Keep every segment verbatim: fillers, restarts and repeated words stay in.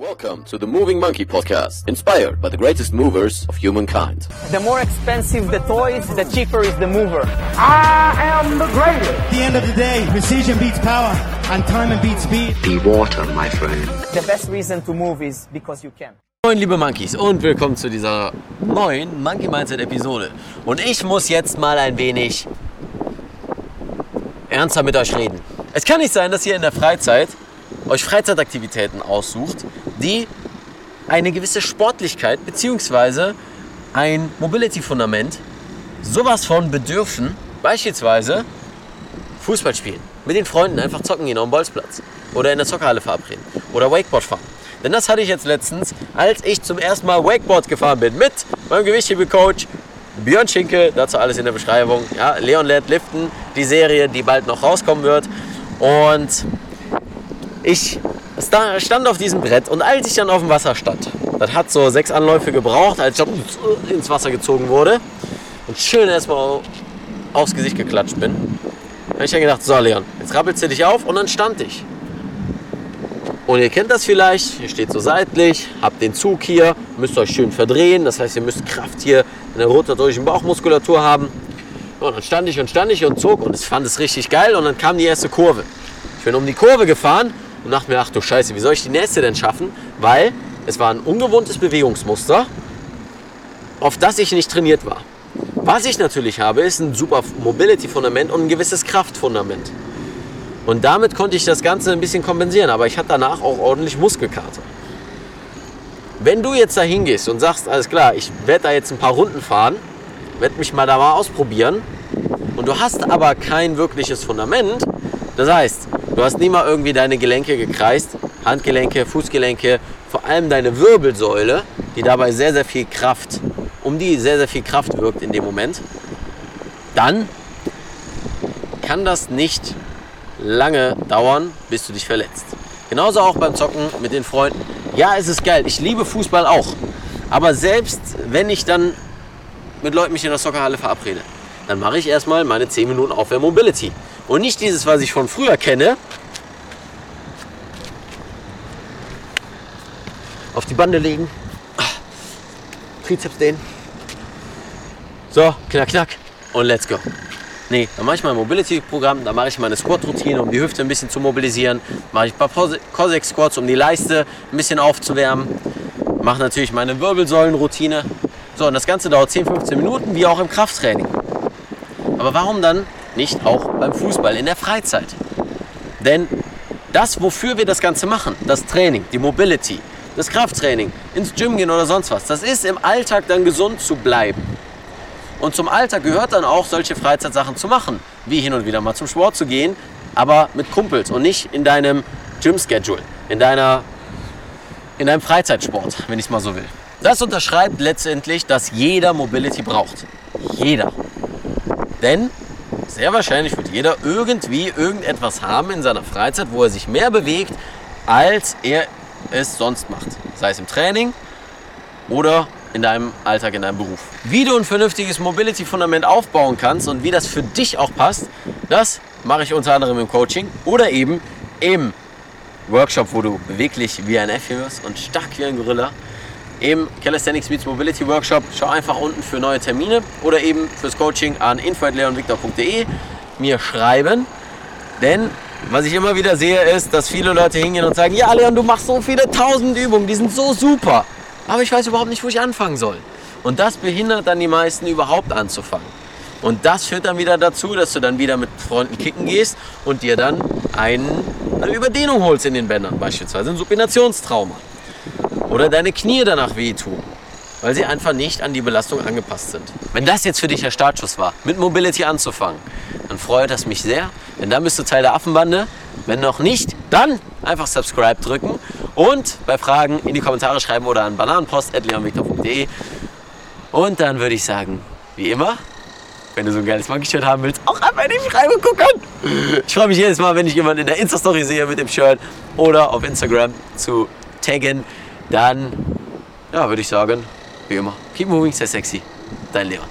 Welcome to the Moving Monkey Podcast, inspired by the greatest movers of humankind. The more expensive the toys, the cheaper is the mover. I am the greatest. At the end of the day, precision beats power, and time beats speed. Be water, my friend. The best reason to move is because you can. Moin liebe Monkeys und willkommen zu dieser neuen Monkey Mindset Episode. Und ich muss jetzt mal ein wenig ernster mit euch reden. Es kann nicht sein, dass ihr in der Freizeit euch Freizeitaktivitäten aussucht, die eine gewisse Sportlichkeit bzw. ein Mobility-Fundament sowas von bedürfen, beispielsweise Fußball spielen, mit den Freunden einfach zocken gehen auf dem Bolzplatz oder in der Zockerhalle verabreden oder Wakeboard fahren. Denn das hatte ich jetzt letztens, als ich zum ersten Mal Wakeboard gefahren bin mit meinem Gewichthebecoach Björn Schinke, dazu alles in der Beschreibung. Ja, Leon lernt liften, die Serie, die bald noch rauskommen wird. Und ich stand auf diesem Brett und als ich dann auf dem Wasser stand, das hat so sechs Anläufe gebraucht, als ich ins Wasser gezogen wurde und schön erstmal aufs Gesicht geklatscht bin, habe ich dann gedacht, so Leon, jetzt rappelst du dich auf und dann stand ich. Und ihr kennt das vielleicht, ihr steht so seitlich, habt den Zug hier, müsst euch schön verdrehen, das heißt, ihr müsst Kraft hier in der rotatorischen Bauchmuskulatur haben. Und dann stand ich und stand ich und zog und ich fand es richtig geil und dann kam die erste Kurve. Ich bin um die Kurve gefahren und dachte mir, ach du Scheiße, wie soll ich die nächste denn schaffen? Weil es war ein ungewohntes Bewegungsmuster, auf das ich nicht trainiert war. Was ich natürlich habe, ist ein super Mobility-Fundament und ein gewisses Kraftfundament. Und damit konnte ich das Ganze ein bisschen kompensieren, aber ich hatte danach auch ordentlich Muskelkater. Wenn du jetzt da hingehst und sagst, alles klar, ich werde da jetzt ein paar Runden fahren, werde mich mal da mal ausprobieren und du hast aber kein wirkliches Fundament, das heißt, du hast nie mal irgendwie deine Gelenke gekreist, Handgelenke, Fußgelenke, vor allem deine Wirbelsäule, die dabei sehr, sehr viel Kraft, um die sehr, sehr viel Kraft wirkt in dem Moment, dann kann das nicht lange dauern, bis du dich verletzt. Genauso auch beim Zocken mit den Freunden. Ja, es ist geil, ich liebe Fußball auch, aber selbst wenn ich dann mit Leuten mich in der Zockerhalle verabrede, dann mache ich erstmal meine zehn Minuten Aufwärm-Mobility. Und nicht dieses, was ich von früher kenne. Auf die Bande legen. Trizeps dehnen. So, knack, knack. Und let's go. Nee, dann mache ich mein Mobility-Programm, dann mache ich meine Squat-Routine, um die Hüfte ein bisschen zu mobilisieren. Mache ich ein paar Cossack-Squats, um die Leiste ein bisschen aufzuwärmen. Mache natürlich meine Wirbelsäulen-Routine. So, und das Ganze dauert zehn, fünfzehn Minuten, wie auch im Krafttraining. Aber warum dann nicht auch beim Fußball in der Freizeit? Denn das, wofür wir das Ganze machen, das Training, die Mobility, das Krafttraining, ins Gym gehen oder sonst was, das ist im Alltag dann gesund zu bleiben. Und zum Alltag gehört dann auch, solche Freizeitsachen zu machen, wie hin und wieder mal zum Sport zu gehen, aber mit Kumpels und nicht in deinem Gym-Schedule, in, deiner, in deinem Freizeitsport, wenn ich es mal so will. Das unterschreibt letztendlich, dass jeder Mobility braucht. Jeder. Denn sehr wahrscheinlich wird jeder irgendwie irgendetwas haben in seiner Freizeit, wo er sich mehr bewegt, als er es sonst macht. Sei es im Training oder in deinem Alltag, in deinem Beruf. Wie du ein vernünftiges Mobility-Fundament aufbauen kannst und wie das für dich auch passt, das mache ich unter anderem im Coaching oder eben im Workshop, wo du beweglich wie ein Affe wirst und stark wie ein Gorilla. Im Calisthenics Meets Mobility Workshop. Schau einfach unten für neue Termine oder eben fürs Coaching an info at leon victor punkt de mir schreiben. Denn was ich immer wieder sehe, ist, dass viele Leute hingehen und sagen, ja Leon, du machst so viele tausend Übungen, die sind so super, aber ich weiß überhaupt nicht, wo ich anfangen soll. Und das behindert dann die meisten überhaupt anzufangen. Und das führt dann wieder dazu, dass du dann wieder mit Freunden kicken gehst und dir dann einen, eine Überdehnung holst in den Bändern, beispielsweise ein Supinationstrauma. Oder deine Knie danach wehtun, weil sie einfach nicht an die Belastung angepasst sind. Wenn das jetzt für dich der Startschuss war, mit Mobility anzufangen, dann freut das mich sehr, denn dann bist du Teil der Affenbande. Wenn noch nicht, dann einfach Subscribe drücken und bei Fragen in die Kommentare schreiben oder an bananenpost at leon victor punkt de. Und dann würde ich sagen, wie immer, wenn du so ein geiles Monkey-Shirt haben willst, auch einfach in die Beschreibung gucken. Ich freue mich jedes Mal, wenn ich jemanden in der Insta-Story sehe mit dem Shirt oder auf Instagram zu taggen. Dann, ja, würde ich sagen, wie immer, keep moving, stay sexy, dein Leon.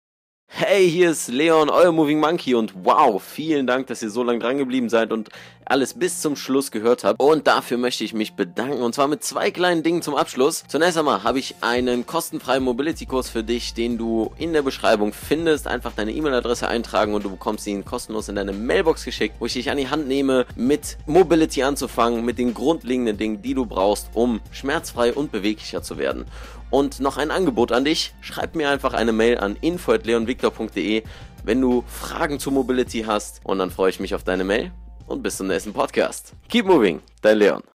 Hey, hier ist Leon, euer Moving Monkey und wow, vielen Dank, dass ihr so lange dran geblieben seid und alles bis zum Schluss gehört habt. Und dafür möchte ich mich bedanken. Und zwar mit zwei kleinen Dingen zum Abschluss. Zunächst einmal habe ich einen kostenfreien Mobility-Kurs für dich, den du in der Beschreibung findest. Einfach deine E-Mail-Adresse eintragen und du bekommst ihn kostenlos in deine Mailbox geschickt, wo ich dich an die Hand nehme, mit Mobility anzufangen, mit den grundlegenden Dingen, die du brauchst, um schmerzfrei und beweglicher zu werden. Und noch ein Angebot an dich. Schreib mir einfach eine Mail an info at leonviktor punkt de, wenn du Fragen zu Mobility hast. Und dann freue ich mich auf deine Mail und bis zum nächsten Podcast. Keep moving, dein Leon.